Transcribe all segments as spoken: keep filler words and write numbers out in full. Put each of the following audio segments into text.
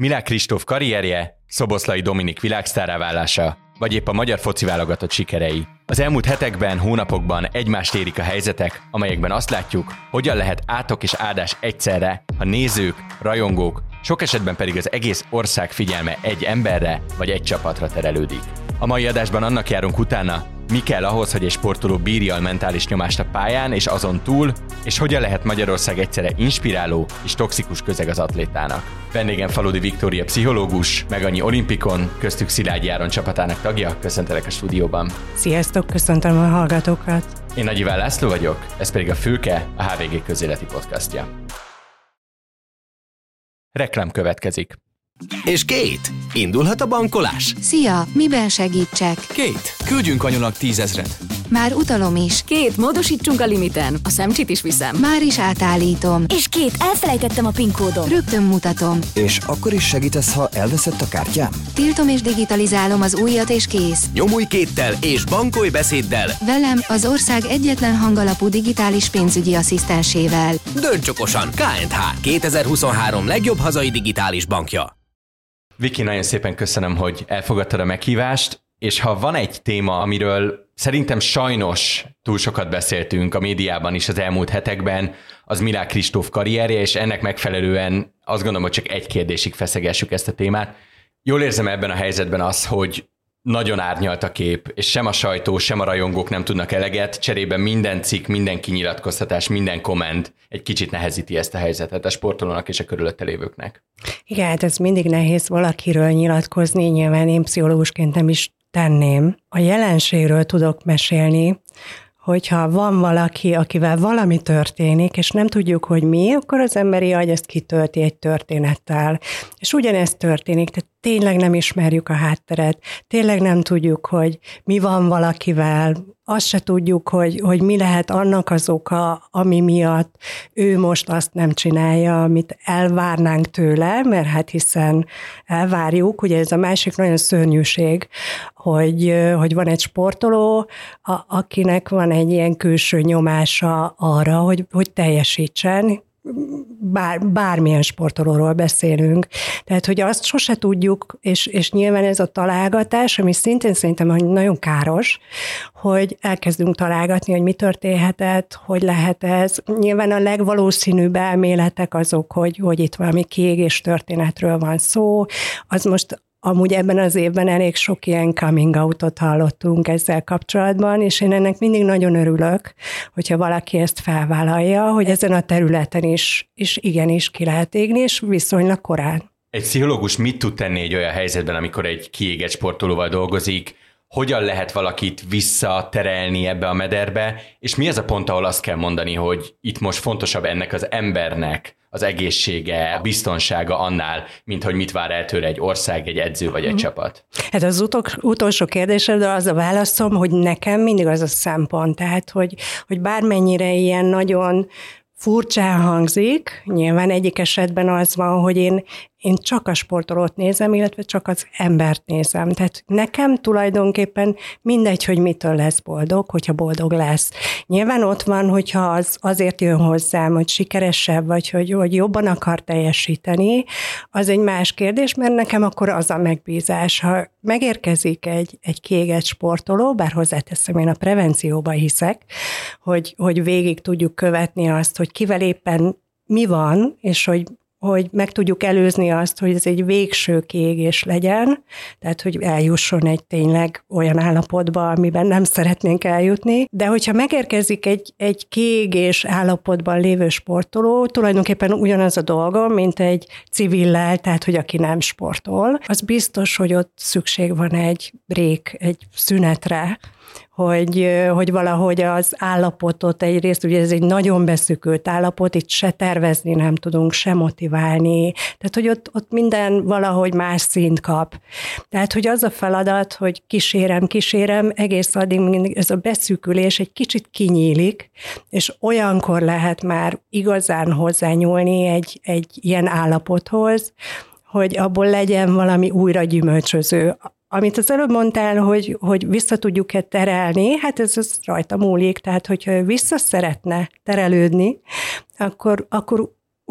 Milák Kristóf karrierje, Szoboszlai Dominik világsztárrá válása, vagy épp a magyar foci válogatott sikerei. Az elmúlt hetekben, hónapokban egymást érik a helyzetek, amelyekben azt látjuk, hogyan lehet átok és áldás egyszerre, ha nézők, rajongók, sok esetben pedig az egész ország figyelme egy emberre vagy egy csapatra terelődik. A mai adásban annak járunk utána, mi kell ahhoz, hogy egy sportoló bírja a mentális nyomást a pályán és azon túl, és hogyan lehet Magyarország egyszerre inspiráló és toxikus közeg az atlétának. Vendégem Faludi Viktória pszichológus, Meganyi Olimpikon, köztük Szilágyi Áron csapatának tagja. Köszöntelek a stúdióban. Sziasztok, köszöntöm a hallgatókat. Én Nagy Iván László vagyok, ez pedig a Fülke, a há vé gé közéleti podcastja. Reklám következik. És Kate, indulhat a bankolás? Szia, miben segítsek? Kate, küldjünk anyunak tízezret. Már utalom is. Két, módosítsunk a limiten. A szemcsit is viszem. Már is átállítom. És két, elfelejtettem a PIN kódot. Rögtön mutatom. És akkor is segítesz, ha elveszett a kártyám? Tiltom és digitalizálom az újat és kész. Nyomulj Kate-tel és bankolj beszéddel. Velem, az ország egyetlen hangalapú digitális pénzügyi asszisztensével. Dönts okosan, ká és há kétezer-huszonhárom legjobb hazai digitális bankja. Viki, nagyon szépen köszönöm, hogy elfogadtad a meghívást, és ha van egy téma, amiről szerintem sajnos túl sokat beszéltünk a médiában is az elmúlt hetekben, az Milák Kristóf karrierje, és ennek megfelelően azt gondolom, hogy csak egy kérdésig feszegessük ezt a témát. Jól érzem ebben a helyzetben az, hogy nagyon árnyalt a kép, és sem a sajtó, sem a rajongók nem tudnak eleget, cserében minden cikk, minden kinyilatkoztatás, minden komment egy kicsit nehezíti ezt a helyzetet a sportolónak és a körülötte lévőknek. Igen, hát ez mindig nehéz valakiről nyilatkozni, nyilván én pszichológusként nem is tenném. A jelenségről tudok mesélni, hogyha van valaki, akivel valami történik, és nem tudjuk, hogy mi, akkor az emberi agy ezt kitölti egy történettel. És ugyanezt történik, tehát tényleg nem ismerjük a hátteret, tényleg nem tudjuk, hogy mi van valakivel, azt se tudjuk, hogy, hogy mi lehet annak az oka, ami miatt ő most azt nem csinálja, amit elvárnánk tőle, mert hát hiszen elvárjuk, ugye ez a másik nagyon szörnyűség, hogy, hogy van egy sportoló, a, akinek van egy ilyen külső nyomása arra, hogy, hogy teljesítsen, Bár, bármilyen sportolóról beszélünk. Tehát, hogy azt sose tudjuk, és, és nyilván ez a találgatás, ami szintén szerintem nagyon káros, hogy elkezdünk találgatni, hogy mi történhetett, hogy lehet ez. Nyilván a legvalószínűbb elméletek azok, hogy, hogy itt valami kiégés történetről van szó. Az most amúgy ebben az évben elég sok ilyen coming out-ot hallottunk ezzel kapcsolatban, és én ennek mindig nagyon örülök, hogyha valaki ezt felvállalja, hogy ezen a területen is, is igenis ki lehet égni, és viszonylag korán. Egy pszichológus mit tud tenni egy olyan helyzetben, amikor egy kiégett sportolóval dolgozik? Hogyan lehet valakit visszaterelni ebbe a mederbe? És mi az a pont, ahol azt kell mondani, hogy itt most fontosabb ennek az embernek az egészsége, a biztonsága annál, mint hogy mit vár el tőle egy ország, egy edző vagy egy mm. csapat? Hát az utok, utolsó kérdésedre az a válaszom, hogy nekem mindig az a szempont, tehát hogy, hogy bármennyire ilyen nagyon furcsán hangzik, nyilván egyik esetben az van, hogy én, én csak a sportolót nézem, illetve csak az embert nézem. Tehát nekem tulajdonképpen mindegy, hogy mitől lesz boldog, hogyha boldog lesz. Nyilván ott van, hogyha az azért jön hozzám, hogy sikeresebb, vagy hogy, hogy jobban akar teljesíteni, az egy más kérdés, mert nekem akkor az a megbízás. Ha megérkezik egy, egy kiégett sportoló, bár hozzáteszem, én a prevencióba hiszek, hogy, hogy végig tudjuk követni azt, hogy kivel éppen mi van, és hogy hogy meg tudjuk előzni azt, hogy ez egy végső kiégés legyen, tehát hogy eljusson egy tényleg olyan állapotba, amiben nem szeretnénk eljutni, de hogyha megérkezik egy, egy kiégés állapotban lévő sportoló, tulajdonképpen ugyanaz a dolga, mint egy civillel, tehát hogy aki nem sportol, az biztos, hogy ott szükség van egy break, egy szünetre, hogy, hogy valahogy az állapotot egyrészt, ugye ez egy nagyon beszűkült állapot, itt se tervezni nem tudunk, se motiválni, tehát hogy ott, ott minden valahogy más szint kap. Tehát, hogy az a feladat, hogy kísérem, kísérem, egész addig mindig ez a beszűkülés egy kicsit kinyílik, és olyankor lehet már igazán hozzányúlni egy, egy ilyen állapothoz, hogy abból legyen valami újra gyümölcsöző. Amit az előbb mondtál, hogy, hogy vissza tudjuk-e terelni, hát ez az rajta múlik, tehát hogyha vissza szeretne terelődni, akkor, akkor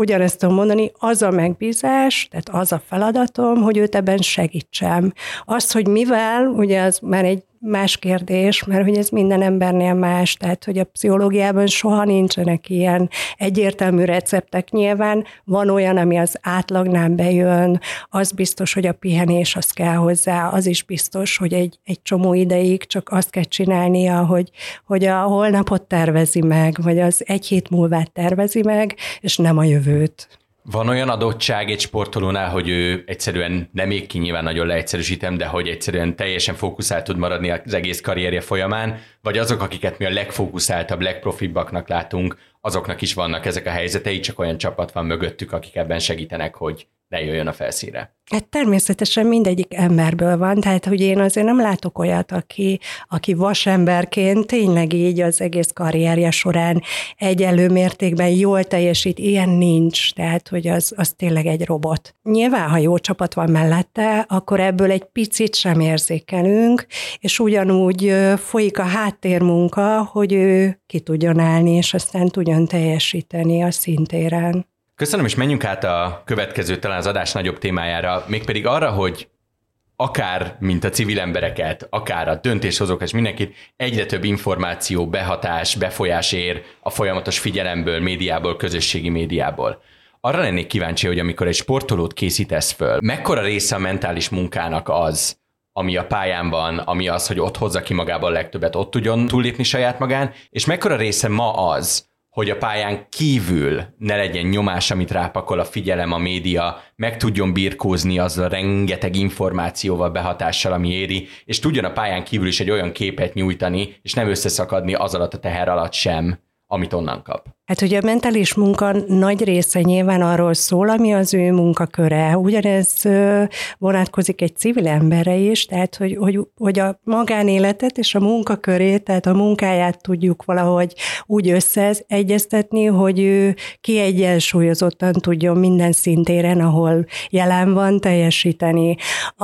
ugyanezt tudom mondani, az a megbízás, tehát az a feladatom, hogy őt ebben segítsem. Az, hogy mivel, ugye az már egy más kérdés, mert hogy ez minden embernél más, tehát hogy a pszichológiában soha nincsenek ilyen egyértelmű receptek. Nyilván van olyan, ami az átlagnál bejön, az biztos, hogy a pihenés az kell hozzá, az is biztos, hogy egy, egy csomó ideig csak azt kell csinálnia, hogy, hogy a holnapot tervezi meg, vagy az egy hét múlvát tervezi meg, és nem a jövőt. Van olyan adottság egy sportolónál, hogy ő egyszerűen nem ég ki, nyilván nagyon leegyszerűsítem, de hogy egyszerűen teljesen fókuszált tud maradni az egész karrierje folyamán, vagy azok, akiket mi a legfókuszáltabb, legprofibbaknak látunk, azoknak is vannak ezek a helyzetei, csak olyan csapat van mögöttük, akik ebben segítenek, hogy ne jöjjön a felszínre. Hát természetesen mindegyik emberből van, tehát hogy én azért nem látok olyat, aki, aki vasemberként tényleg így az egész karrierje során egyenlő mértékben jól teljesít, ilyen nincs, tehát hogy az, az tényleg egy robot. Nyilván, ha jó csapat van mellette, akkor ebből egy picit sem érzékelünk, és ugyanúgy folyik a háttérmunka, hogy ő ki tudjon állni, és aztán tudjon teljesíteni a szintéren. Köszönöm, és menjünk át a következő, talán az adás nagyobb témájára, mégpedig arra, hogy akár, mint a civil embereket, akár a döntéshozók és mindenkit, egyre több információ, behatás, befolyás ér a folyamatos figyelemből, médiából, közösségi médiából. Arra lennék kíváncsi, hogy amikor egy sportolót készítesz föl, mekkora része a mentális munkának az, ami a pályán van, ami az, hogy ott hozza ki magából a legtöbbet, ott tudjon túllépni saját magán, és mekkora része ma az, hogy a pályán kívül ne legyen nyomás, amit rápakol a figyelem, a média, meg tudjon birkózni azzal rengeteg információval, behatással, ami éri, és tudjon a pályán kívül is egy olyan képet nyújtani, és nem összeszakadni az alatt a teher alatt sem, amit onnan kap. Hát ugye a mentális munka nagy része nyilván arról szól, ami az ő munkaköre. Ugyanez vonatkozik egy civil emberre is, tehát hogy, hogy, hogy a magánéletet és a munkakörét, tehát a munkáját tudjuk valahogy úgy összeegyeztetni, hogy ő kiegyensúlyozottan tudjon minden szintéren, ahol jelen van, teljesíteni.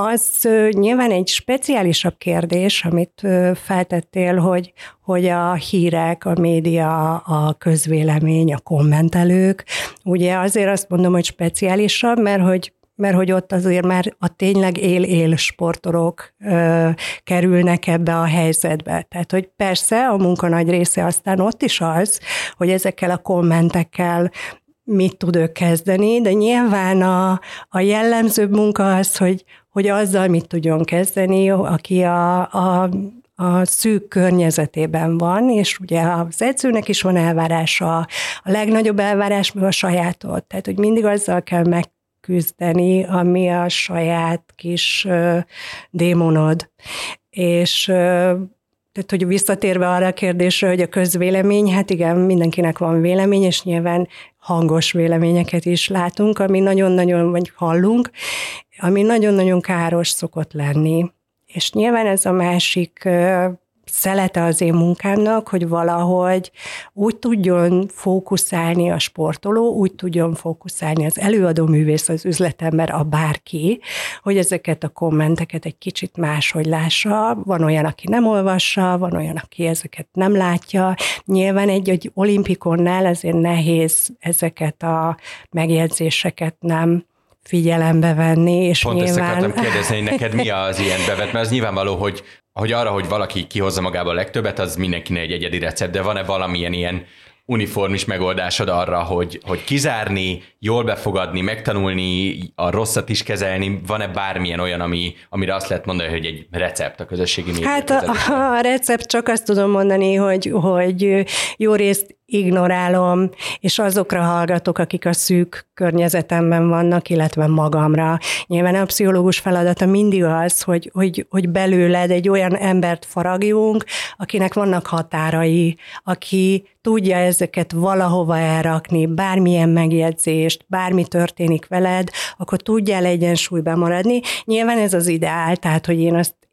Az nyilván egy speciálisabb kérdés, amit feltettél, hogy, hogy a hírek, a média, a közvélemény, a kommentelők. Ugye azért azt mondom, hogy speciálisabb, mert hogy, mert hogy ott azért már a tényleg él-él sportolók ö, kerülnek ebbe a helyzetbe. Tehát, hogy persze a munka nagy része aztán ott is az, hogy ezekkel a kommentekkel mit tud ő kezdeni, de nyilván a, a jellemzőbb munka az, hogy, hogy azzal mit tudjon kezdeni, aki a, a a szűk környezetében van, és ugye az edzőnek is van elvárása, a legnagyobb elvárás meg a sajátod. Tehát, hogy mindig azzal kell megküzdeni, ami a saját kis uh, démonod. És uh, tehát, hogy visszatérve arra a kérdésre, hogy a közvélemény, hát igen, mindenkinek van vélemény, és nyilván hangos véleményeket is látunk, ami nagyon-nagyon, vagy hallunk, ami nagyon-nagyon káros szokott lenni. És nyilván ez a másik szelete az én munkámnak, hogy valahogy úgy tudjon fókuszálni a sportoló, úgy tudjon fókuszálni az előadó művész, az üzletember, a bárki, hogy ezeket a kommenteket egy kicsit máshogy lássa. Van olyan, aki nem olvassa, van olyan, aki ezeket nem látja. Nyilván egy, egy olimpikonnál azért nehéz ezeket a megjegyzéseket nem figyelembe venni, és Pont nyilván... ezt akartam kérdezni, hogy neked mi az ilyen bevet, mert az nyilvánvaló, hogy, hogy arra, hogy valaki kihozza magából a legtöbbet, az mindenkinek egy egyedi recept, de van-e valamilyen ilyen uniformis megoldásod arra, hogy, hogy kizárni, jól befogadni, megtanulni, a rosszat is kezelni, van-e bármilyen olyan, ami, amire azt lehet mondani, hogy egy recept a közösségi média? Hát a, a recept csak azt tudom mondani, hogy, hogy jó részt ignorálom, és azokra hallgatok, akik a szűk környezetemben vannak, illetve magamra. Nyilván a pszichológus feladata mindig az, hogy, hogy, hogy belőled egy olyan embert faragjunk, akinek vannak határai, aki tudja ezeket valahova elrakni, bármilyen megjegyzést, bármi történik veled, akkor tudjál egyensúlyban maradni. Nyilván ez az ideál, tehát hogy én azt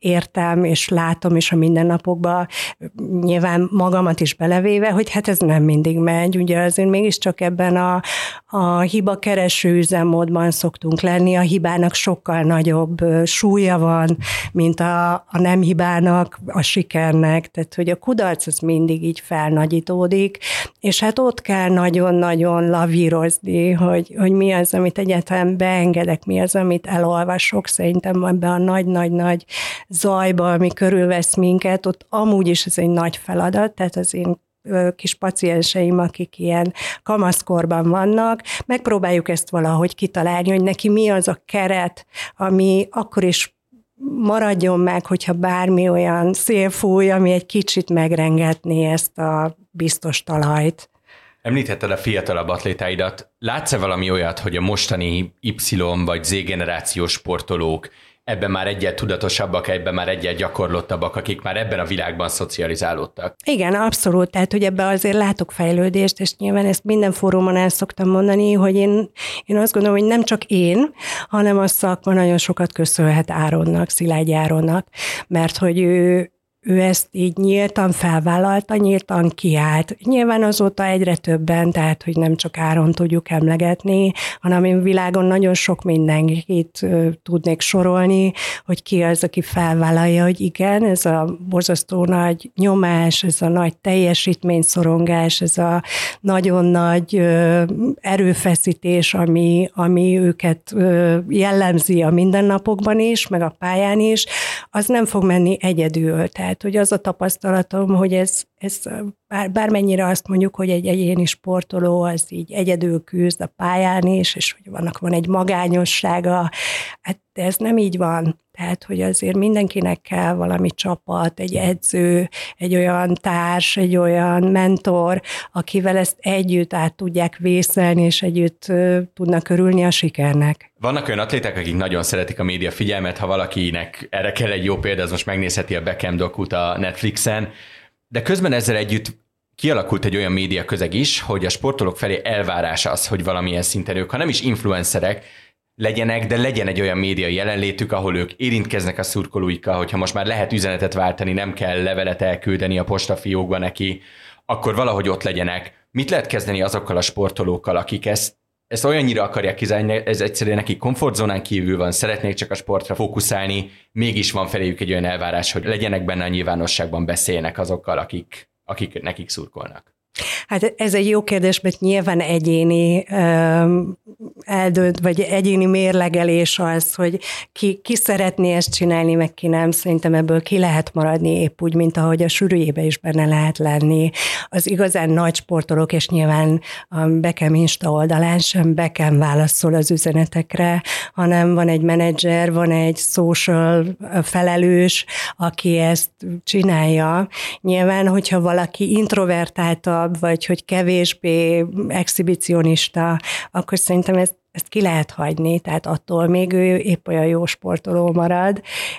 értem, és látom is a mindennapokban, nyilván magamat is belevéve, hogy hát ez nem mindig megy. Ugye azért mégiscsak ebben a, a hiba kereső üzemmódban szoktunk lenni, a hibának sokkal nagyobb súlya van, mint a, a nem hibának, a sikernek, tehát hogy a kudarc az mindig így felnagyítódik, és hát ott kell nagyon-nagyon lavírozni, hogy, hogy mi az, amit egyáltalán beengedek, mi az, amit elolvasok, szerintem ebben a nagy-nagy-nagy zajba, ami körülvesz minket, ott amúgy is ez egy nagy feladat, tehát az én kis pacienseim, akik ilyen kamaszkorban vannak, megpróbáljuk ezt valahogy kitalálni, hogy neki mi az a keret, ami akkor is maradjon meg, hogyha bármi olyan szél fúj, ami egy kicsit megrengetné ezt a biztos talajt. Említetted a fiatalabb atlétáidat. Látsz-e valami olyat, hogy a mostani Y vagy Z generációs sportolók ebben már egyet tudatosabbak, ebben már egyet gyakorlottabbak, akik már ebben a világban szocializálódtak? Igen, abszolút. Tehát, hogy ebben azért látok fejlődést, és nyilván ezt minden fórumon el szoktam mondani, hogy én, én azt gondolom, hogy nem csak én, hanem a szakma nagyon sokat köszönhet Áronnak, Szilágy Áronnak, mert hogy ő ő ezt így nyíltan felvállalta, nyíltan kiállt. Nyilván azóta egyre többen, tehát hogy nem csak Áron tudjuk emlegetni, hanem a világon nagyon sok mindenkit uh, tudnék sorolni, hogy ki az, aki felvállalja, hogy igen, ez a borzasztó nagy nyomás, ez a nagy teljesítményszorongás, ez a nagyon nagy uh, erőfeszítés, ami, ami őket uh, jellemzi a mindennapokban is, meg a pályán is, az nem fog menni egyedül. Tehát hogy az a tapasztalatom, hogy ez, ez bár, bármennyire azt mondjuk, hogy egy egyéni sportoló az így egyedül küzd a pályán is, és hogy vannak van egy magányossága, hát ez nem így van. Tehát, hogy azért mindenkinek kell valami csapat, egy edző, egy olyan társ, egy olyan mentor, akivel ezt együtt át tudják vészelni, és együtt uh, tudnak örülni a sikernek. Vannak olyan atléták, akik nagyon szeretik a média figyelmet, ha valakinek erre kell egy jó példa, az most megnézheti a Beckham dokut a Netflixen, de közben ezzel együtt kialakult egy olyan média közeg is, hogy a sportolók felé elvárás az, hogy valamilyen szinten ők, ha nem is influencerek, legyenek, de legyen egy olyan média jelenlétük, ahol ők érintkeznek a szurkolóikkal, hogyha most már lehet üzenetet váltani, nem kell levelet elküldeni a postafiókba neki, akkor valahogy ott legyenek. Mit lehet kezdeni azokkal a sportolókkal, akik ezt, ezt olyannyira akarják kizárni, ez egyszerűen nekik komfortzónán kívül van, szeretnék csak a sportra fókuszálni, mégis van feléjük egy olyan elvárás, hogy legyenek benne a nyilvánosságban, beszéljenek azokkal, akik, akik nekik szurkolnak. Hát ez egy jó kérdés, mert nyilván egyéni um, eldönt, vagy egyéni mérlegelés az, hogy ki, ki szeretné ezt csinálni, meg ki nem. Szerintem ebből ki lehet maradni épp úgy, mint ahogy a sűrűjébe is benne lehet lenni. Az igazán nagy sportolók, és nyilván a Beckham Insta oldalán sem Beckham válaszol az üzenetekre, hanem van egy menedzser, van egy social felelős, aki ezt csinálja. Nyilván, hogyha valaki introvertálta, vagy hogy kevésbé exhibicionista, akkor szerintem ezt, ezt ki lehet hagyni, tehát attól még ő épp olyan jó sportoló marad,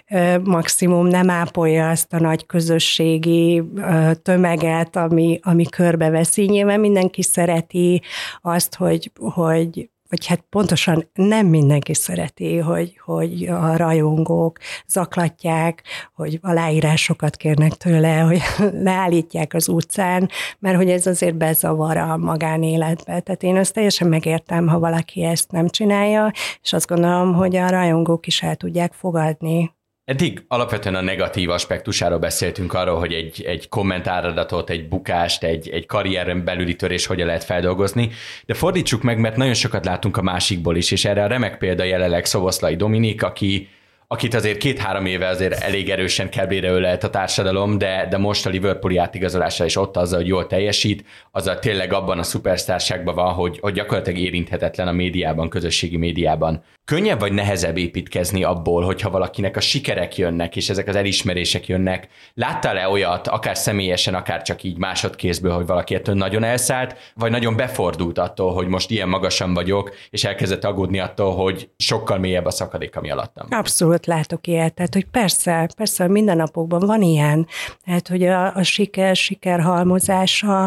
maximum nem ápolja azt a nagy közösségi tömeget, ami, ami körbeveszi. Nyilván mindenki szereti azt, hogy, hogy vagy hát pontosan nem mindenki szereti, hogy, hogy a rajongók zaklatják, hogy aláírásokat kérnek tőle, hogy leállítják az utcán, mert hogy ez azért bezavar a magánéletbe. Tehát én azt teljesen megértem, ha valaki ezt nem csinálja, és azt gondolom, hogy a rajongók is el tudják fogadni. Eddig alapvetően a negatív aspektusáról beszéltünk arról, hogy egy, egy kommentáradatot, egy bukást, egy, egy karrieren belüli törés hogyan lehet feldolgozni, de fordítsuk meg, mert nagyon sokat látunk a másikból is, és erre a remek példa jelenleg Szoboszlai Dominik, aki akit azért két-három éve azért elég erősen keblére ölelt a társadalom, de, de most a Liverpooli átigazolása is ott azzal, hogy jól teljesít, azzal tényleg abban a szupersztárságban van, hogy, hogy gyakorlatilag érinthetetlen a médiában, közösségi médiában. Könnyebb vagy nehezebb építkezni abból, hogyha valakinek a sikerek jönnek, és ezek az elismerések jönnek? Láttál-e olyat, akár személyesen, akár csak így másodkézből, hogy valaki ettől nagyon elszállt, vagy nagyon befordult attól, hogy most ilyen magasan vagyok, és elkezdett aggódni attól, hogy sokkal mélyebb a szakadék, ami alattam? Abszolút látok ilyet, tehát hogy persze, persze mindennapokban van ilyen, tehát hogy a, a siker, siker halmozása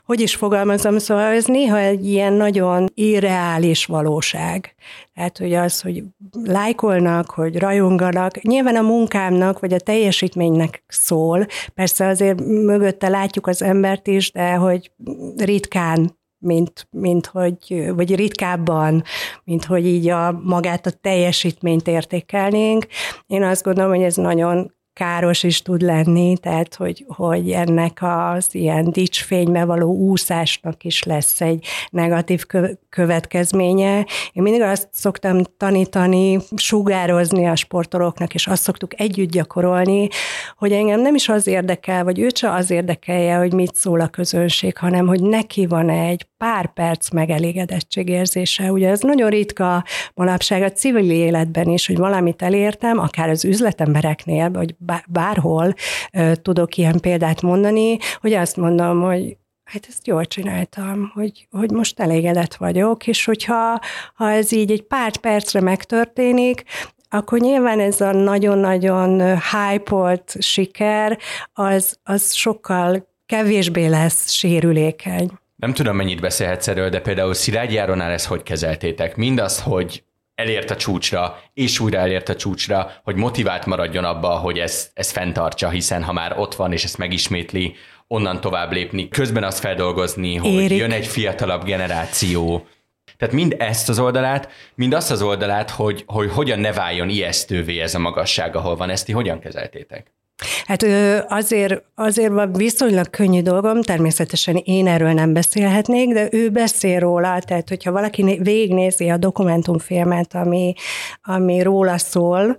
hogy is fogalmazom, szóval ez néha egy ilyen nagyon irreális valóság. Tehát, hogy az, hogy lájkolnak, hogy rajonganak, nyilván a munkámnak, vagy a teljesítménynek szól. Persze azért mögötte látjuk az embert is, de hogy ritkán, mint, mint hogy, vagy ritkábban, mint hogy így a magát a teljesítményt értékelnénk. Én azt gondolom, hogy ez nagyon káros is tud lenni, tehát hogy, hogy ennek az ilyen dicsfénybe való úszásnak is lesz egy negatív következménye. Én mindig azt szoktam tanítani, sugározni a sportolóknak, és azt szoktuk együtt gyakorolni, hogy engem nem is az érdekel, vagy őt se az érdekelje, hogy mit szól a közönség, hanem hogy neki van egy pár perc megelégedettségérzése. Ugye ez nagyon ritka manapság a civil életben is, hogy valamit elértem, akár az üzletembereknél, vagy bárhol tudok ilyen példát mondani, hogy azt mondom, hogy hát ezt jól csináltam, hogy, hogy most elégedett vagyok, és hogyha ha ez így egy pár percre megtörténik, akkor nyilván ez a nagyon-nagyon hype-olt siker, az, az sokkal kevésbé lesz sérülékeny. Nem tudom, mennyit beszélhetsz erről, de például Szilágyi Áronnál ezt hogy kezeltétek? Mindazt, hogy elért a csúcsra, és újra elért a csúcsra, hogy motivált maradjon abba, hogy ezt, ezt fenntartsa, hiszen ha már ott van, és ezt megismétli, onnan tovább lépni, közben azt feldolgozni, hogy Érik. Jön egy fiatalabb generáció. Tehát mind ezt az oldalát, mind azt az oldalát, hogy, hogy hogyan ne váljon ijesztővé ez a magasság, ahol van. Ezt ti hogyan kezeltétek? Hát azért, azért van viszonylag könnyű dolgom, természetesen én erről nem beszélhetnék, de ő beszél róla, tehát hogyha valaki végignézi a dokumentumfilmet, ami, ami róla szól,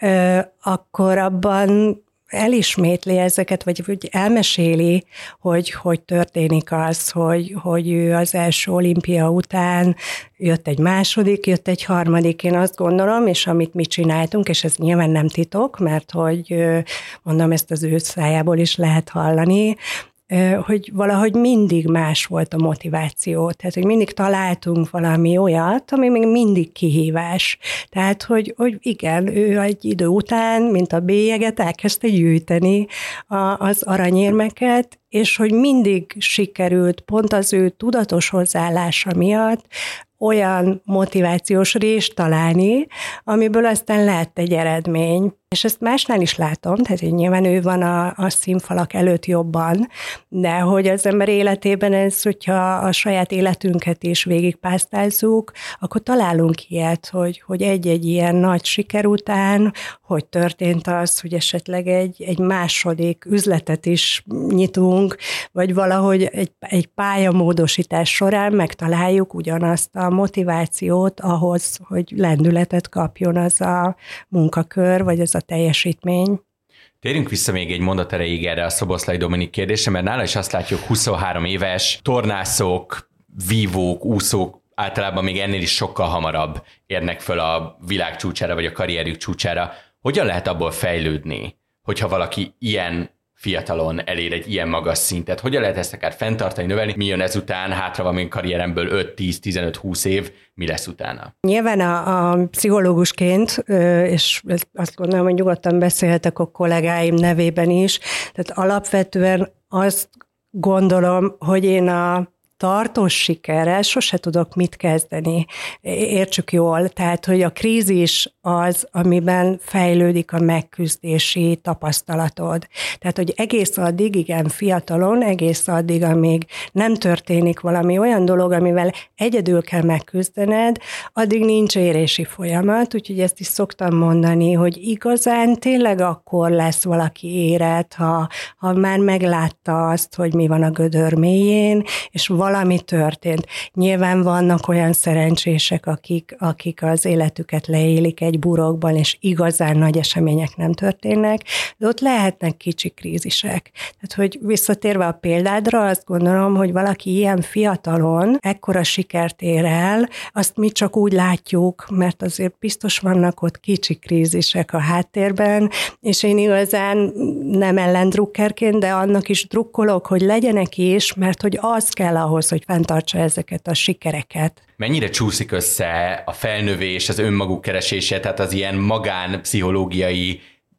akkor abban elismétli ezeket, vagy, vagy elmeséli, hogy hogy történik az, hogy, hogy ő az első olimpia után jött egy második, jött egy harmadik, én azt gondolom, és amit mi csináltunk, és ez nyilván nem titok, mert hogy mondom, ezt az ő szájából is lehet hallani, hogy valahogy mindig más volt a motiváció. Tehát, hogy mindig találtunk valami olyat, ami még mindig kihívás. Tehát, hogy, hogy igen, ő egy idő után, mint a bélyeget, elkezdte gyűjteni az aranyérmeket, és hogy mindig sikerült pont az ő tudatos hozzáállása miatt olyan motivációs rést találni, amiből aztán lett egy eredmény. És ezt másnál is látom, tehát nyilván ő van a, a színfalak előtt jobban, de hogy az ember életében ez, hogyha a saját életünket is végigpásztázzuk, akkor találunk ilyet, hogy, hogy egy-egy ilyen nagy siker után, hogy történt az, hogy esetleg egy, egy második üzletet is nyitunk, vagy valahogy egy, egy pályamódosítás során megtaláljuk ugyanazt a motivációt ahhoz, hogy lendületet kapjon az a munkakör, vagy az a teljesítmény. Térjünk vissza még egy mondat erejéig erre a Szoboszlai Dominik kérdése, mert nála is azt látjuk, huszonhárom éves, tornászok, vívók, úszók általában még ennél is sokkal hamarabb érnek föl a világ csúcsára, vagy a karrierjük csúcsára. Hogyan lehet abból fejlődni, hogyha valaki ilyen fiatalon elér egy ilyen magas szintet? Hogyan lehet ezt akár fenntartani, növelni? Mi jön ezután? Hátra van még karrieremből öt, tíz, tizenöt, húsz év. Mi lesz utána? Nyilván a, a pszichológusként, és azt gondolom, hogy nyugodtan beszélhetek a kollégáim nevében is, tehát alapvetően azt gondolom, hogy én a tartós sikerrel sose tudok mit kezdeni. Értsük jól, tehát, hogy a krízis az, amiben fejlődik a megküzdési tapasztalatod. Tehát, hogy egész addig, igen, fiatalon, egész addig, amíg nem történik valami olyan dolog, amivel egyedül kell megküzdened, addig nincs érési folyamat, úgyhogy ezt is szoktam mondani, hogy igazán tényleg akkor lesz valaki érett, ha, ha már meglátta azt, hogy mi van a gödör mélyén, és valami történt. Nyilván vannak olyan szerencsések, akik, akik az életüket leélik egy burokban, és igazán nagy események nem történnek, de ott lehetnek kicsi krízisek. Tehát, hogy visszatérve a példádra, azt gondolom, hogy valaki ilyen fiatalon ekkora sikert ér el, azt mi csak úgy látjuk, mert azért biztos vannak ott kicsi krízisek a háttérben, és én igazán nem ellendrukkerként, de annak is drukkolok, hogy legyenek is, mert hogy az kell ahhoz, hogy fenntartsa ezeket a sikereket. Mennyire csúszik össze a felnövés, az önmaguk keresése, tehát az ilyen magánpszichológiai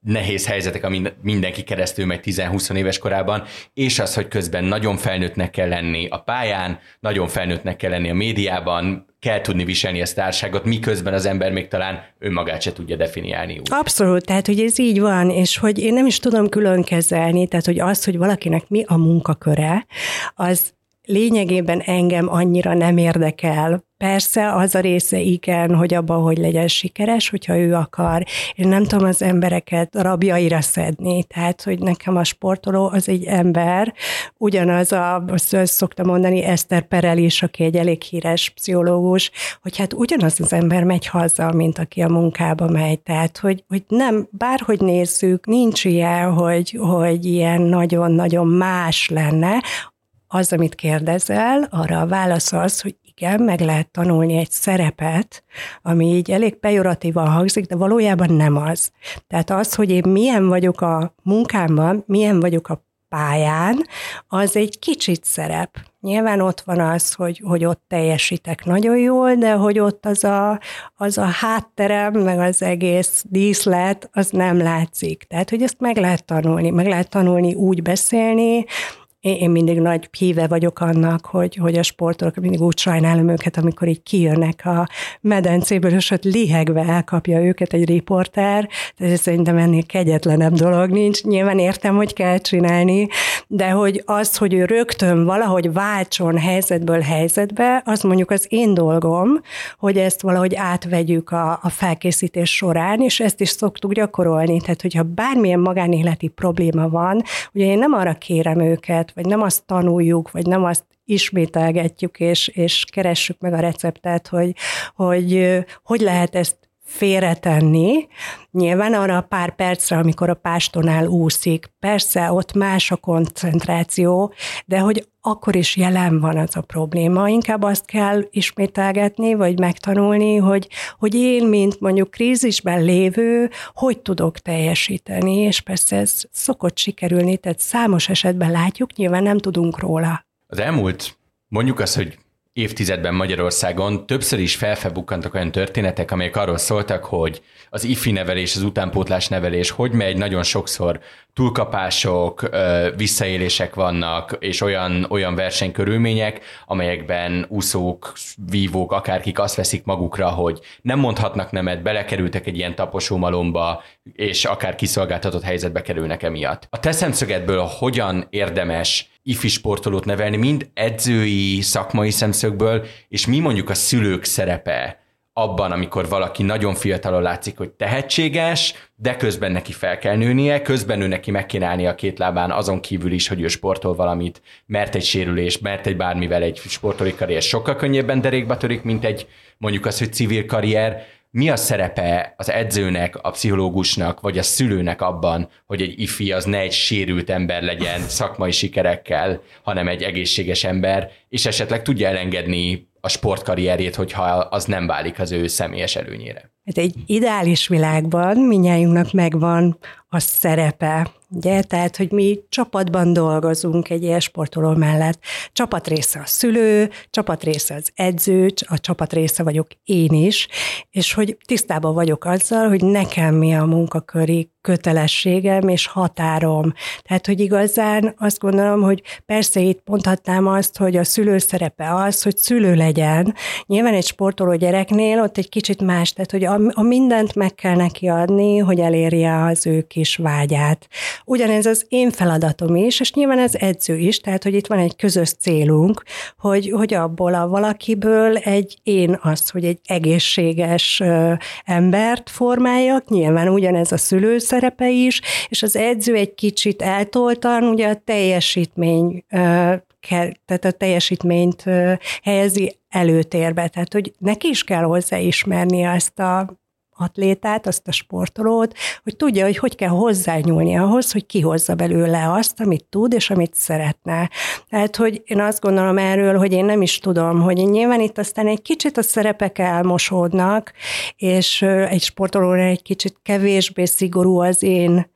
nehéz helyzetek, amin mindenki keresztül megy tíz-húsz éves korában, és az, hogy közben nagyon felnőttnek kell lenni a pályán, nagyon felnőttnek kell lenni a médiában, kell tudni viselni a sztárságot, miközben az ember még talán önmagát se tudja definiálni úgy. Abszolút, tehát hogy ez így van, és hogy én nem is tudom külön kezelni, tehát hogy az, hogy valakinek mi a munkaköre, az lényegében engem annyira nem érdekel. Persze az a része igen, hogy abban, hogy legyen sikeres, hogyha ő akar. Én nem tudom az embereket rabjaira szedni, tehát, hogy nekem a sportoló az egy ember, ugyanaz a, azt szoktam mondani, Eszter Perel is, aki egy elég híres pszichológus, hogy hát ugyanaz az ember megy haza, mint aki a munkába megy, tehát, hogy, hogy nem, bárhogy nézzük, nincs ilyen, hogy, hogy ilyen nagyon-nagyon más lenne. Az, amit kérdezel, arra a válasz az, hogy igen, meg lehet tanulni egy szerepet, ami így elég pejoratívan hangzik, de valójában nem az. Tehát az, hogy én milyen vagyok a munkámban, milyen vagyok a pályán, az egy kicsit szerep. Nyilván ott van az, hogy, hogy ott teljesítek nagyon jól, de hogy ott az a, az a hátterem, meg az egész díszlet, az nem látszik. Tehát, hogy ezt meg lehet tanulni. Meg lehet tanulni úgy beszélni. Én mindig nagy híve vagyok annak, hogy, hogy a sportolók, mindig úgy sajnálom őket, amikor így kijönnek a medencéből, és ott lihegve elkapja őket egy riporter, tehát szerintem ennél kegyetlenebb dolog nincs. Nyilván értem, hogy kell csinálni, de hogy az, hogy ő rögtön valahogy váltson helyzetből helyzetbe, az mondjuk az én dolgom, hogy ezt valahogy átvegyük a, a felkészítés során, és ezt is szoktuk gyakorolni. Tehát, hogyha bármilyen magánéleti probléma van, ugye én nem arra kérem őket, vagy nem azt tanuljuk, vagy nem azt ismételgetjük, és, és keressük meg a receptet, hogy, hogy hogy lehet ezt félretenni. Nyilván arra a pár percre, amikor a pástonál úszik, persze ott más a koncentráció, de hogy akkor is jelen van az a probléma. Inkább azt kell ismételgetni, vagy megtanulni, hogy, hogy én, mint mondjuk krízisben lévő, hogy tudok teljesíteni, és persze ez szokott sikerülni, tehát számos esetben látjuk, nyilván nem tudunk róla. Az elmúlt, mondjuk azt, hogy évtizedben Magyarországon többször is felfelbukkantak olyan történetek, amelyek arról szóltak, hogy az ifi nevelés, az utánpótlás nevelés hogy megy, nagyon sokszor túlkapások, visszaélések vannak, és olyan, olyan versenykörülmények, amelyekben úszók, vívók, akárkik azt veszik magukra, hogy nem mondhatnak nemet, belekerültek egy ilyen taposómalomba, és akár kiszolgáltatott helyzetbe kerülnek emiatt. A te szemszögedből hogyan érdemes ifi sportolót nevelni, mind edzői, szakmai szemszögből, és mi mondjuk a szülők szerepe abban, amikor valaki nagyon fiatalon látszik, hogy tehetséges, de közben neki fel kell nőnie, közben ő neki meg kéne állni a két lábán, azon kívül is, hogy ő sportol valamit, mert egy sérülés, mert egy bármivel egy sportolói karrier sokkal könnyebben derékba törik, mint egy mondjuk az, hogy civil karrier. Mi a szerepe az edzőnek, a pszichológusnak, vagy a szülőnek abban, hogy egy ifi az ne egy sérült ember legyen szakmai sikerekkel, hanem egy egészséges ember, és esetleg tudja elengedni a sportkarrierjét, hogyha az nem válik az ő személyes előnyére? Hát egy ideális világban mindnyájunknak megvan a szerepe, ugye? Tehát, hogy mi csapatban dolgozunk egy ilyen sportoló mellett. Csapat része a szülő, csapat része az edző, a csapat része vagyok én is, és hogy tisztában vagyok azzal, hogy nekem mi a munkaköri kötelességem és határom. Tehát, hogy igazán azt gondolom, hogy persze itt mondhatnám azt, hogy a szülő szerepe az, hogy szülő legyen. Nyilván egy sportoló gyereknél ott egy kicsit más, tehát, hogy a, a mindent meg kell neki adni, hogy elérje az ő kis vágyát. Ugyanez az én feladatom is, és nyilván ez edző is, tehát, hogy itt van egy közös célunk, hogy, hogy abból a valakiből egy én az, hogy egy egészséges ö, embert formáljak, nyilván ugyanez a szülő szerepe is, és az edző egy kicsit eltoltan, ugye a teljesítmény, tehát a teljesítményt helyezi előtérbe, tehát hogy neki is kell hozzáismerni azt a atlétát, azt a sportolót, hogy tudja, hogy hogy kell hozzányúlni ahhoz, hogy kihozza belőle azt, amit tud, és amit szeretne. Tehát, hogy én azt gondolom erről, hogy én nem is tudom, hogy nyilván itt aztán egy kicsit a szerepek elmosódnak, és egy sportolóra egy kicsit kevésbé szigorú az én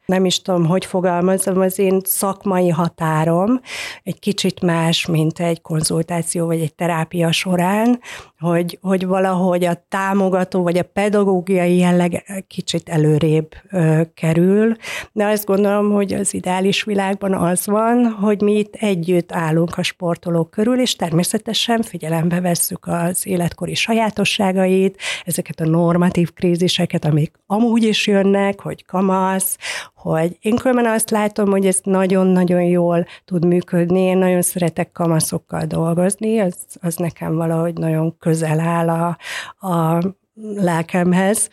nem is tudom, hogy fogalmazom, az én szakmai határom egy kicsit más, mint egy konzultáció vagy egy terápia során, hogy, hogy valahogy a támogató vagy a pedagógiai jelleg kicsit előrébb ö, kerül, de azt gondolom, hogy az ideális világban az van, hogy mi itt együtt állunk a sportolók körül, és természetesen figyelembe vesszük az életkori sajátosságait, ezeket a normatív kríziseket, amik amúgy is jönnek, hogy kamasz, hogy én különben azt látom, hogy ez nagyon-nagyon jól tud működni, én nagyon szeretek kamaszokkal dolgozni, az, az nekem valahogy nagyon közel áll a, a lelkemhez,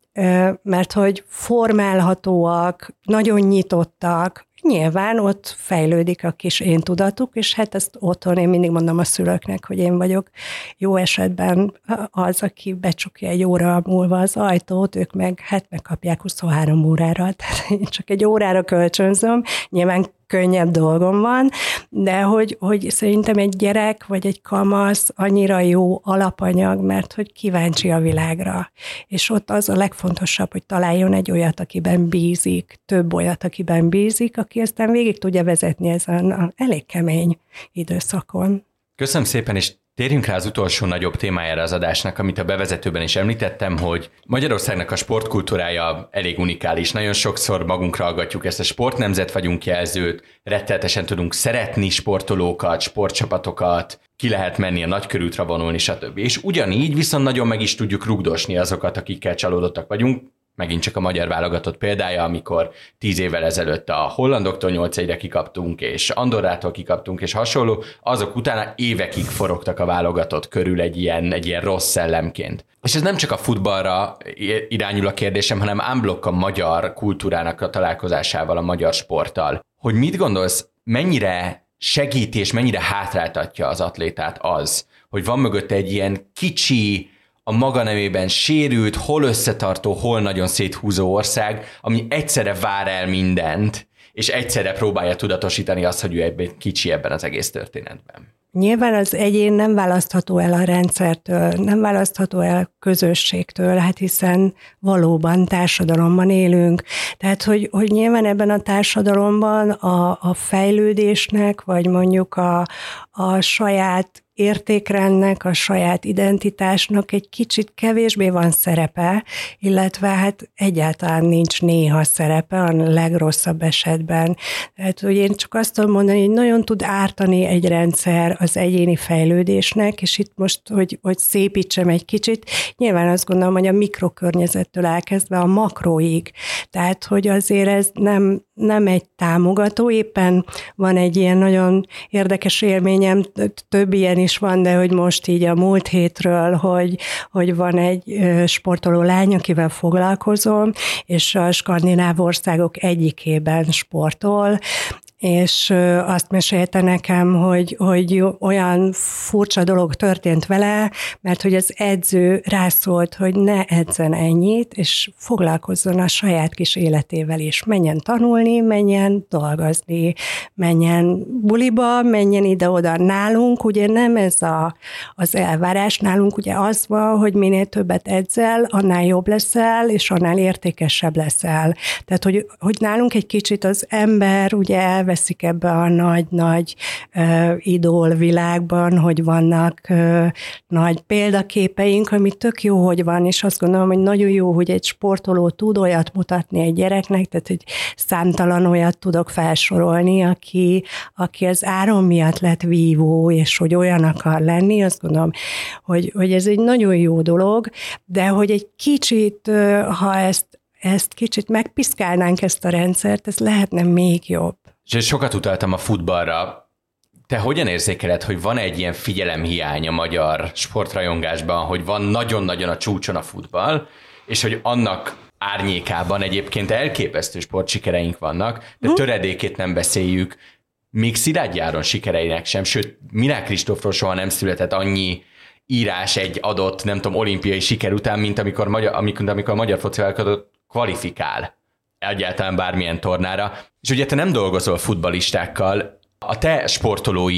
mert hogy formálhatóak, nagyon nyitottak, nyilván ott fejlődik a kis én tudatuk, és hát ezt otthon én mindig mondom a szülőknek, hogy én vagyok jó esetben az, aki becsukja egy óra múlva az ajtót, ők meg hát megkapják huszonhárom órára, tehát én csak egy órára kölcsönzöm, nyilván könnyebb dolgom van, de hogy, hogy szerintem egy gyerek vagy egy kamasz annyira jó alapanyag, mert hogy kíváncsi a világra. És ott az a legfontosabb, hogy találjon egy olyat, akiben bízik, több olyat, akiben bízik, aki aztán végig tudja vezetni ezen a elég kemény időszakon. Köszönöm szépen, és térjünk rá az utolsó nagyobb témájára az adásnak, amit a bevezetőben is említettem, hogy Magyarországnak a sportkultúrája elég unikális. Nagyon sokszor magunkra hallgatjuk ezt a sportnemzet vagyunk jelzőt, rettenetesen tudunk szeretni sportolókat, sportcsapatokat, ki lehet menni a nagykörútra vonulni, stb. És ugyanígy viszont nagyon meg is tudjuk rugdosni azokat, akikkel csalódottak vagyunk. Megint csak a magyar válogatott példája, amikor tíz évvel ezelőtt a hollandoktól nyolc egyre kikaptunk, és Andorrától kikaptunk, és hasonló, azok utána évekig forogtak a válogatott körül egy ilyen, egy ilyen rossz szellemként. És ez nem csak a futballra irányul a kérdésem, hanem unblock a magyar kultúrának a találkozásával, a magyar sporttal. Hogy mit gondolsz, mennyire segíti és mennyire hátráltatja az atlétát az, hogy van mögötte egy ilyen kicsi, a maga nemében sérült, hol összetartó, hol nagyon széthúzó ország, ami egyszerre vár el mindent, és egyszerre próbálja tudatosítani azt, hogy ő egy kicsi ebben az egész történetben. Nyilván az egyén nem választható el a rendszertől, nem választható el közösségtől, hát hiszen valóban társadalomban élünk. Tehát, hogy, hogy nyilván ebben a társadalomban a, a fejlődésnek, vagy mondjuk a, a saját értékrendnek, a saját identitásnak egy kicsit kevésbé van szerepe, illetve hát egyáltalán nincs néha szerepe a legrosszabb esetben. Tehát, hogy én csak azt tudom mondani, hogy nagyon tud ártani egy rendszer az egyéni fejlődésnek, és itt most, hogy, hogy szépítsem egy kicsit, nyilván azt gondolom, hogy a mikrokörnyezettől elkezdve a makroig. Tehát, hogy azért ez nem, nem egy támogató, éppen van egy ilyen nagyon érdekes élményem, több ilyen is van, de hogy most így a múlt hétről, hogy, hogy van egy sportoló lány, akivel foglalkozom, és a skandináv országok egyikében sportol, és azt mesélte nekem, hogy, hogy olyan furcsa dolog történt vele, mert hogy az edző rászólt, hogy ne edzen ennyit, és foglalkozzon a saját kis életével is. Menjen tanulni, menjen dolgozni, menjen buliba, menjen ide-oda. Nálunk ugye nem ez a, az elvárás, nálunk ugye az van, hogy minél többet edzel, annál jobb leszel, és annál értékesebb leszel. Tehát, hogy, hogy nálunk egy kicsit az ember ugye elveszik ebbe a nagy-nagy uh, idól világban, hogy vannak uh, nagy példaképeink, ami tök jó, hogy van, és azt gondolom, hogy nagyon jó, hogy egy sportoló tud olyat mutatni egy gyereknek, tehát hogy számtalan olyat tudok felsorolni, aki, aki az áron miatt lett vívó, és hogy olyan akar lenni, azt gondolom, hogy, hogy ez egy nagyon jó dolog, de hogy egy kicsit, uh, ha ezt, ezt kicsit megpiszkálnánk ezt a rendszert, ez lehetne még jobb. És sokat utaltam a futballra. Te hogyan érzékeled, hogy van egy ilyen figyelemhiány a magyar sportrajongásban, hogy van nagyon-nagyon a csúcson a futball, és hogy annak árnyékában egyébként elképesztő sportsikereink vannak, de töredékét nem beszéljük, még Szilágy Áron sikereinek sem, sőt, Milák Kristófról soha nem született annyi írás egy adott, nem tudom, olimpiai siker után, mint amikor, magyar, amikor, amikor a magyar fociválogatott kvalifikál egyáltalán bármilyen tornára. És ugye te nem dolgozol futballistákkal, a te sportolóid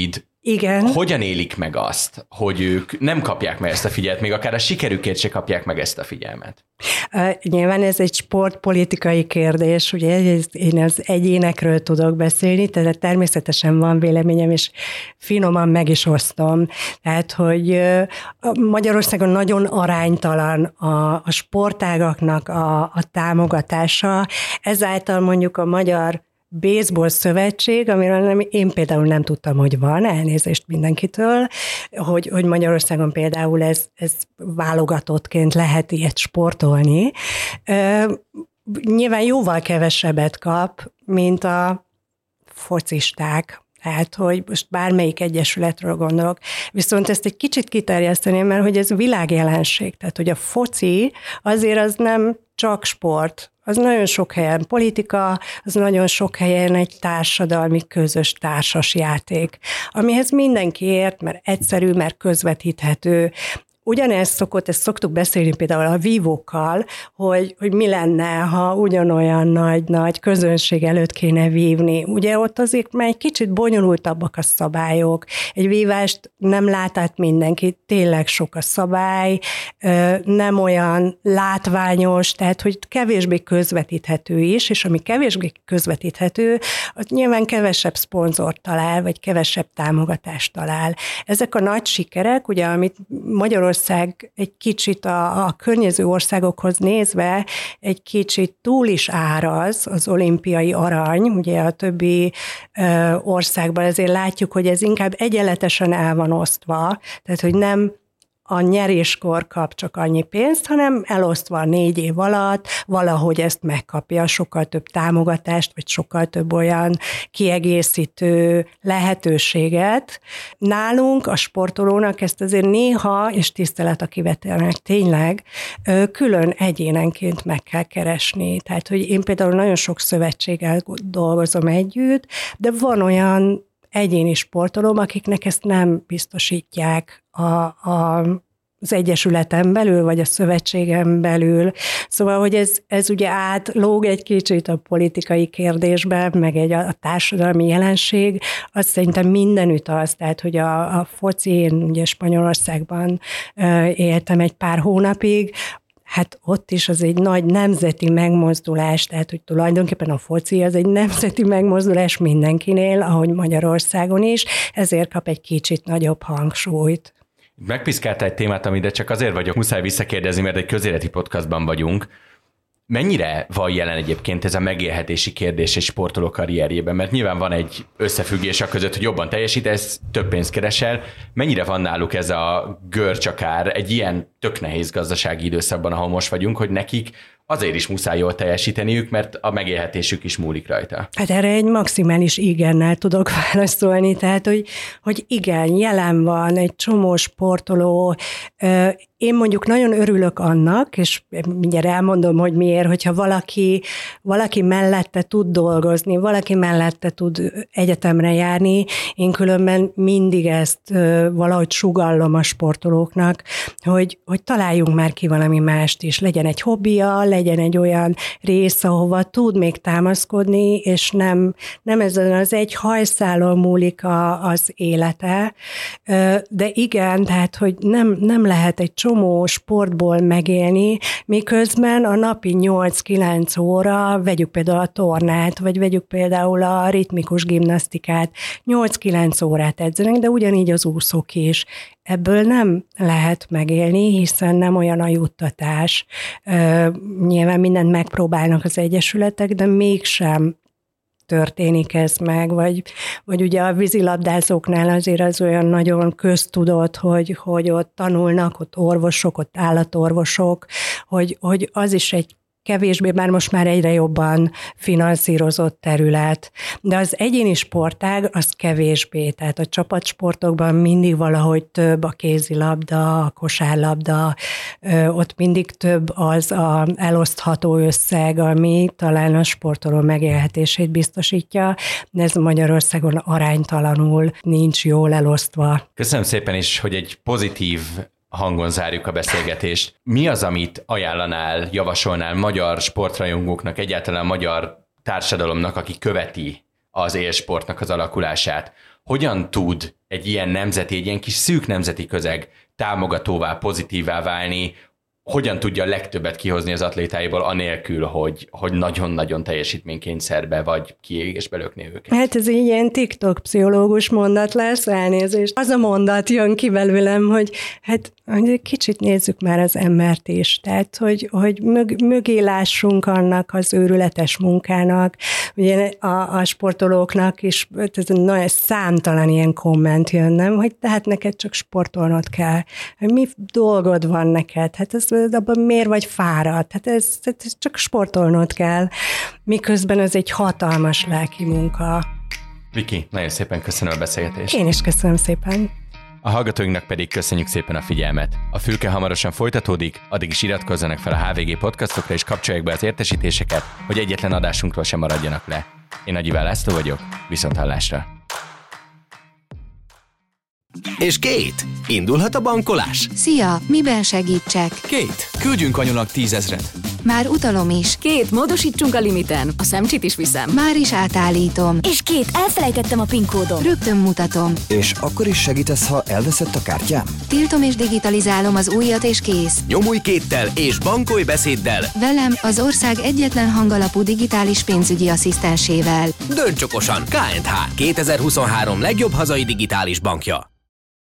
Igen. Hogyan élik meg azt, hogy ők nem kapják meg ezt a figyelmet, még akár a sikerükért se kapják meg ezt a figyelmet? Uh, nyilván ez egy sportpolitikai kérdés, ugye én az egyénekről tudok beszélni, tehát természetesen van véleményem, és finoman meg is osztom. Tehát, hogy uh, Magyarországon nagyon aránytalan a, a sportágaknak a, a támogatása, ezáltal mondjuk a Magyar Baseball Szövetség, amiről nem, én például nem tudtam, hogy van, elnézést mindenkitől, hogy, hogy Magyarországon például ez, ez válogatottként lehet ilyet sportolni. Nyilván jóval kevesebbet kap, mint a focisták. Tehát, hogy most bármelyik egyesületről gondolok. Viszont ezt egy kicsit kiterjeszteném, mert hogy ez világjelenség. Tehát, hogy a foci azért az nem csak sport, az nagyon sok helyen politika, az nagyon sok helyen egy társadalmi, közös társas játék, amihez mindenki ért, mert egyszerű, mert közvetíthető. Ugyanezt szokott, ezt szoktuk beszélni például a vívókkal, hogy, hogy mi lenne, ha ugyanolyan nagy-nagy közönség előtt kéne vívni. Ugye ott azért már egy kicsit bonyolultabbak a szabályok. Egy vívást nem lát át mindenki, tényleg sok a szabály, nem olyan látványos, tehát hogy kevésbé közvetíthető is, és ami kevésbé közvetíthető, az nyilván kevesebb szponzort talál, vagy kevesebb támogatást talál. Ezek a nagy sikerek, ugye, amit Magyarország Magyarország egy kicsit a, a környező országokhoz nézve egy kicsit túl is áraz az olimpiai arany, ugye a többi ö, országban ezért látjuk, hogy ez inkább egyenletesen el van osztva, tehát hogy nem a nyeréskor kap csak annyi pénzt, hanem elosztva négy év alatt valahogy ezt megkapja, sokkal több támogatást, vagy sokkal több olyan kiegészítő lehetőséget. Nálunk a sportolónak ezt azért néha, és tisztelet a kivetelnek tényleg, külön egyénenként meg kell keresni. Tehát, hogy én például nagyon sok szövetséggel dolgozom együtt, de van olyan egyéni sportolóm, akiknek ezt nem biztosítják a, a, az egyesületen belül, vagy a szövetségen belül. Szóval, hogy ez, ez ugye átlóg egy kicsit a politikai kérdésben, meg egy a, a társadalmi jelenség, azt szerintem mindenütt az, tehát, hogy a, a foci, én ugye Spanyolországban uh, éltem egy pár hónapig, hát ott is az egy nagy nemzeti megmozdulás, tehát hogy tulajdonképpen a foci az egy nemzeti megmozdulás mindenkinél, ahogy Magyarországon is, ezért kap egy kicsit nagyobb hangsúlyt. Megpiszkáltál egy témát, amire csak azért vagyok muszáj visszakérdezni, mert egy közéleti podcastban vagyunk. Mennyire van jelen egyébként ez a megélhetési kérdés egy sportoló karrierjében? Mert nyilván van egy összefüggés a között, hogy jobban teljesítesz, több pénzt keresel. Mennyire van náluk ez a görcs akár egy ilyen tök nehéz gazdasági időszakban, ahol most vagyunk, hogy nekik azért is muszáj jól teljesíteniük, mert a megélhetésük is múlik rajta. Hát erre egy maximális igennel tudok válaszolni, tehát hogy, hogy igen, jelen van egy csomó sportoló. Én mondjuk nagyon örülök annak, és mindjárt elmondom, hogy miért, hogyha valaki, valaki mellette tud dolgozni, valaki mellette tud egyetemre járni, én különben mindig ezt valahogy sugallom a sportolóknak, hogy, hogy találjunk már ki valami mást is, legyen egy hobbija, legyen egy olyan rész, ahova tud még támaszkodni, és nem, nem ezen az egy hajszálon múlik a, az élete. De igen, tehát, hogy nem, nem lehet egy csomó sportból megélni, miközben a napi nyolc-kilenc óra, vegyük például a tornát, vagy vegyük például a ritmikus gimnasztikát, nyolc-kilenc órát edzenek, de ugyanígy az úszók is. Ebből nem lehet megélni, hiszen nem olyan a juttatás. Nyilván mindent megpróbálnak az egyesületek, de mégsem történik ez meg, vagy, vagy ugye a vízilabdázóknál azért az olyan nagyon köztudott, hogy, hogy ott tanulnak, ott orvosok, ott állatorvosok, hogy, hogy az is egy kevésbé, bár most már egyre jobban finanszírozott terület. De az egyéni sportág az kevésbé, tehát a csapatsportokban mindig valahogy több a kézilabda, a kosárlabda, ott mindig több az a elosztható összeg, ami talán a sportoló megélhetését biztosítja, de ez Magyarországon aránytalanul nincs jól elosztva. Köszönöm szépen is, hogy egy pozitív hangon zárjuk a beszélgetést. Mi az, amit ajánlanál, javasolnál magyar sportrajongóknak, egyáltalán magyar társadalomnak, aki követi az élsportnak az alakulását. Hogyan tud egy ilyen nemzeti, egy ilyen kis szűk nemzeti közeg támogatóvá, pozitívvá válni, hogyan tudja a legtöbbet kihozni az atlétáiból anélkül, hogy, hogy nagyon-nagyon teljesítménykényszerbe vagy kiégésbe lökni őket? Hát ez így ilyen TikTok pszichológus mondat lesz, elnézést. Az a mondat jön ki belőlem, hogy hát hogy kicsit nézzük már az embert is. Tehát, hogy, hogy mög, mögé lássunk annak az őrületes munkának. Ugye a, a sportolóknak is ez nagyon számtalan ilyen komment jön, nem? Hogy tehát neked csak sportolnod kell. Mi dolgod van neked? Hát ez abban miért vagy fáradt? Hát ez, ez csak sportolnod kell. Miközben ez egy hatalmas lelki munka. Viki, nagyon szépen köszönöm a beszélgetést. Én is köszönöm szépen. A hallgatóinknak pedig köszönjük szépen a figyelmet. A Fülke hamarosan folytatódik, addig is iratkozzanak fel a há vé gé podcastokra és kapcsolják be az értesítéseket, hogy egyetlen adásunkról sem maradjanak le. Én Nagy Iván László vagyok, viszont hallásra. És Kate, indulhat a bankolás? Szia, miben segítsek? Kate, küldjünk anyunak tízezret. Már utalom is. Két, módosítsunk a limiten. A szemcsit is viszem. Már is átállítom. És két, elfelejtettem a PIN kódom. Rögtön mutatom. És akkor is segítesz, ha elveszett a kártyám? Tiltom és digitalizálom az újat és kész. Nyomulj Kate-tel és bankolj beszéddel. Velem az ország egyetlen hangalapú digitális pénzügyi asszisztensével. Dönts okosan, ká és há kétezer-huszonhárom legjobb hazai digitális bankja.